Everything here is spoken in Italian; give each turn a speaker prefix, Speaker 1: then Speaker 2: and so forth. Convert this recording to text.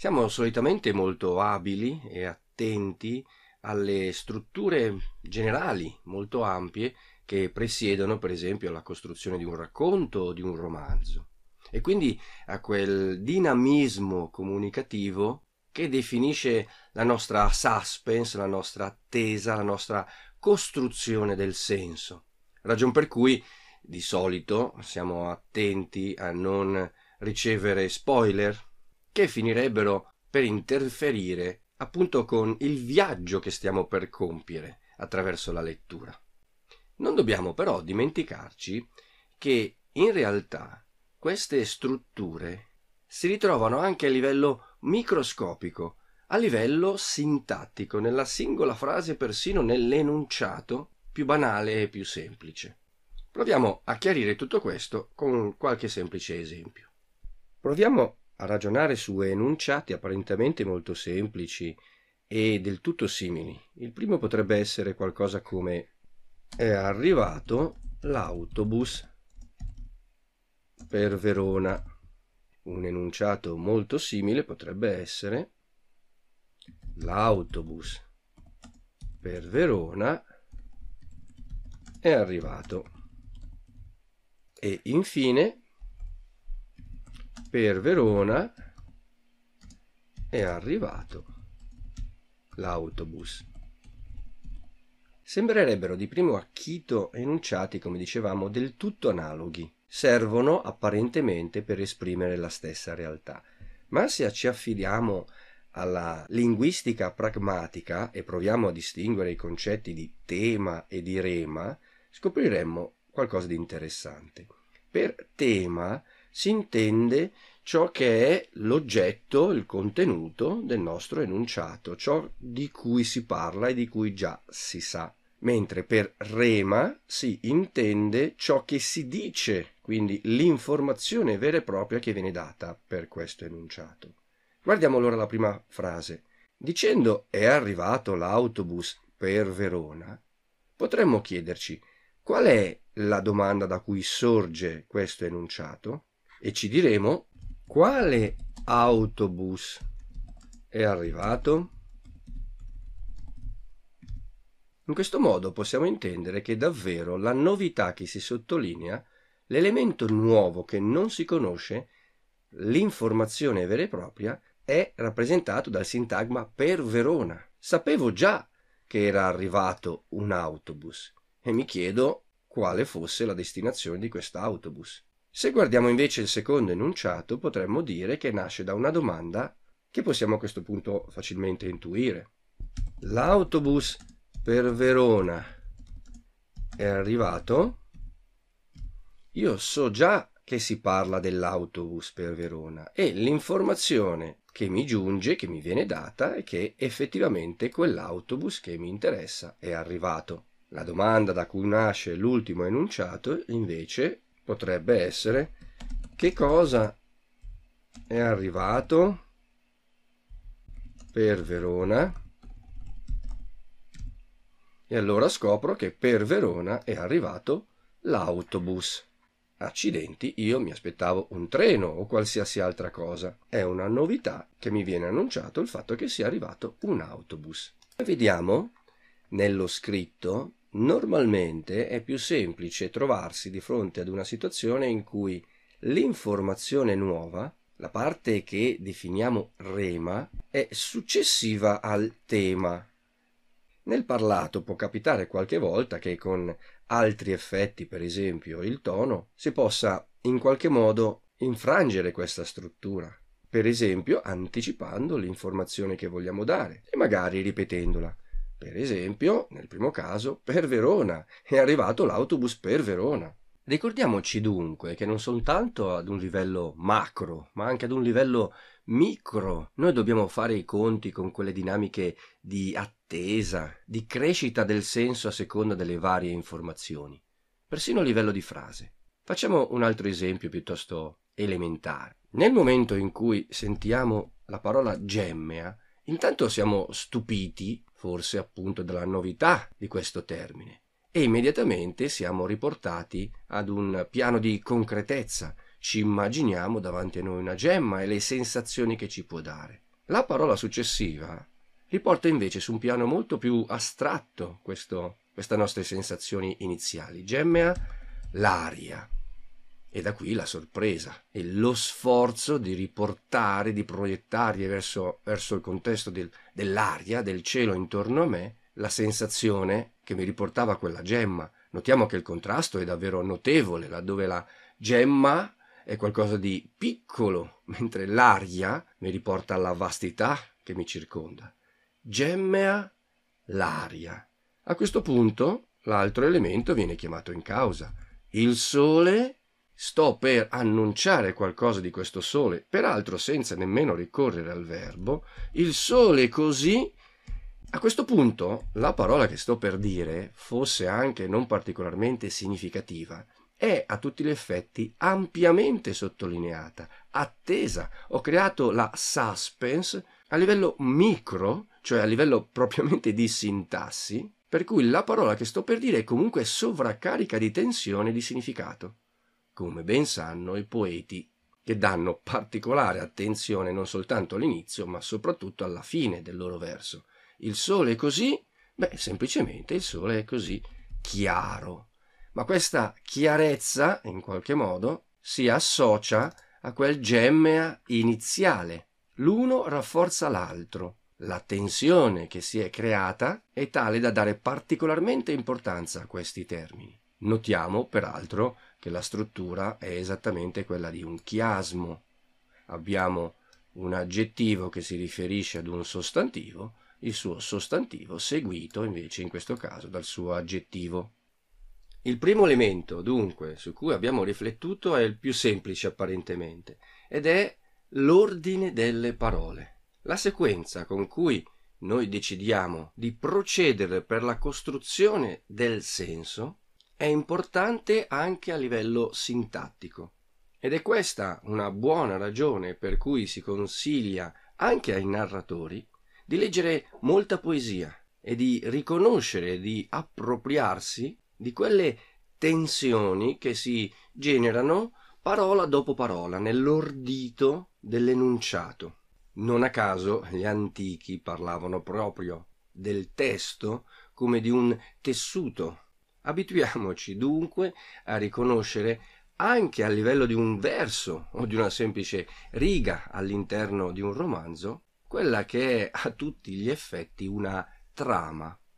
Speaker 1: Siamo solitamente molto abili e attenti alle strutture generali molto ampie che presiedono, per esempio, alla costruzione di un racconto o di un romanzo, e quindi a quel dinamismo comunicativo che definisce la nostra suspense, la nostra attesa, la nostra costruzione del senso. Ragion per cui di solito siamo attenti a non ricevere spoiler che finirebbero per interferire appunto con il viaggio che stiamo per compiere attraverso la lettura. Non dobbiamo però dimenticarci che in realtà queste strutture si ritrovano anche a livello microscopico, a livello sintattico, nella singola frase, persino nell'enunciato più banale e più semplice. Proviamo a chiarire tutto questo con qualche semplice esempio. Proviamo a ragionare su enunciati apparentemente molto semplici e del tutto simili. Il primo potrebbe essere qualcosa come: è arrivato l'autobus per Verona. Un enunciato molto simile potrebbe essere: l'autobus per Verona è arrivato. E infine, per Verona è arrivato l'autobus. Sembrerebbero di primo acchito enunciati, come dicevamo, del tutto analoghi. Servono apparentemente per esprimere la stessa realtà. Ma se ci affidiamo alla linguistica pragmatica e proviamo a distinguere i concetti di tema e di rema, scopriremmo qualcosa di interessante. Per tema si intende ciò che è l'oggetto, il contenuto del nostro enunciato, ciò di cui si parla e di cui già si sa, mentre per rema si intende ciò che si dice, quindi l'informazione vera e propria che viene data per questo enunciato. Guardiamo allora la prima frase. Dicendo è arrivato l'autobus per Verona, potremmo chiederci qual è la domanda da cui sorge questo enunciato e ci diremo: quale autobus è arrivato? In questo modo possiamo intendere che davvero la novità che si sottolinea, l'elemento nuovo che non si conosce, l'informazione vera e propria, è rappresentato dal sintagma per Verona. Sapevo già che era arrivato un autobus e mi chiedo quale fosse la destinazione di quest'autobus. Se guardiamo invece il secondo enunciato, potremmo dire che nasce da una domanda che possiamo a questo punto facilmente intuire. L'autobus per Verona è arrivato? Io so già che si parla dell'autobus per Verona e l'informazione che mi giunge, che mi viene data, è che effettivamente quell'autobus che mi interessa è arrivato. La domanda da cui nasce l'ultimo enunciato, invece, potrebbe essere: che cosa è arrivato per Verona? E allora scopro che per Verona è arrivato l'autobus. Accidenti, io mi aspettavo un treno o qualsiasi altra cosa. È una novità che mi viene annunciato il fatto che sia arrivato un autobus. Vediamo, nello scritto, normalmente è più semplice trovarsi di fronte ad una situazione in cui l'informazione nuova, la parte che definiamo rema, è successiva al tema. Nel parlato può capitare qualche volta che con altri effetti, per esempio il tono, si possa in qualche modo infrangere questa struttura, per esempio anticipando l'informazione che vogliamo dare e magari ripetendola. Per esempio, nel primo caso, per Verona, è arrivato l'autobus per Verona. Ricordiamoci dunque che non soltanto ad un livello macro, ma anche ad un livello micro, noi dobbiamo fare i conti con quelle dinamiche di attesa, di crescita del senso a seconda delle varie informazioni, persino a livello di frase. Facciamo un altro esempio piuttosto elementare. Nel momento in cui sentiamo la parola gemmea, intanto siamo stupiti, forse appunto della novità di questo termine, e immediatamente siamo riportati ad un piano di concretezza. Ci immaginiamo davanti a noi una gemma e le sensazioni che ci può dare. La parola successiva riporta invece su un piano molto più astratto queste nostre sensazioni iniziali. Gemmea, l'aria. E da qui la sorpresa e lo sforzo di riportare, di proiettarli verso il contesto dell'aria, del cielo intorno a me, la sensazione che mi riportava quella gemma. Notiamo che il contrasto è davvero notevole, laddove la gemma è qualcosa di piccolo, mentre l'aria mi riporta alla vastità che mi circonda. Gemmea, l'aria. A questo punto l'altro elemento viene chiamato in causa. Il sole. Sto per annunciare qualcosa di questo sole, peraltro senza nemmeno ricorrere al verbo. Il sole così. A questo punto, la parola che sto per dire, fosse anche non particolarmente significativa, è a tutti gli effetti ampiamente sottolineata, attesa. Ho creato la suspense a livello micro, cioè a livello propriamente di sintassi, per cui la parola che sto per dire è comunque sovraccarica di tensione e di significato, come ben sanno i poeti, che danno particolare attenzione non soltanto all'inizio, ma soprattutto alla fine del loro verso. Il sole è così, semplicemente il sole è così chiaro. Ma questa chiarezza, in qualche modo, si associa a quel gemmea iniziale. L'uno rafforza l'altro. La tensione che si è creata è tale da dare particolarmente importanza a questi termini. Notiamo, peraltro, che la struttura è esattamente quella di un chiasmo. Abbiamo un aggettivo che si riferisce ad un sostantivo, il suo sostantivo seguito invece in questo caso dal suo aggettivo. Il primo elemento, dunque, su cui abbiamo riflettuto è il più semplice apparentemente, ed è l'ordine delle parole. La sequenza con cui noi decidiamo di procedere per la costruzione del senso è importante anche a livello sintattico. Ed è questa una buona ragione per cui si consiglia anche ai narratori di leggere molta poesia e di riconoscere e di appropriarsi di quelle tensioni che si generano parola dopo parola nell'ordito dell'enunciato. Non a caso gli antichi parlavano proprio del testo come di un tessuto. Abituiamoci dunque a riconoscere anche a livello di un verso o di una semplice riga all'interno di un romanzo quella che è a tutti gli effetti una trama.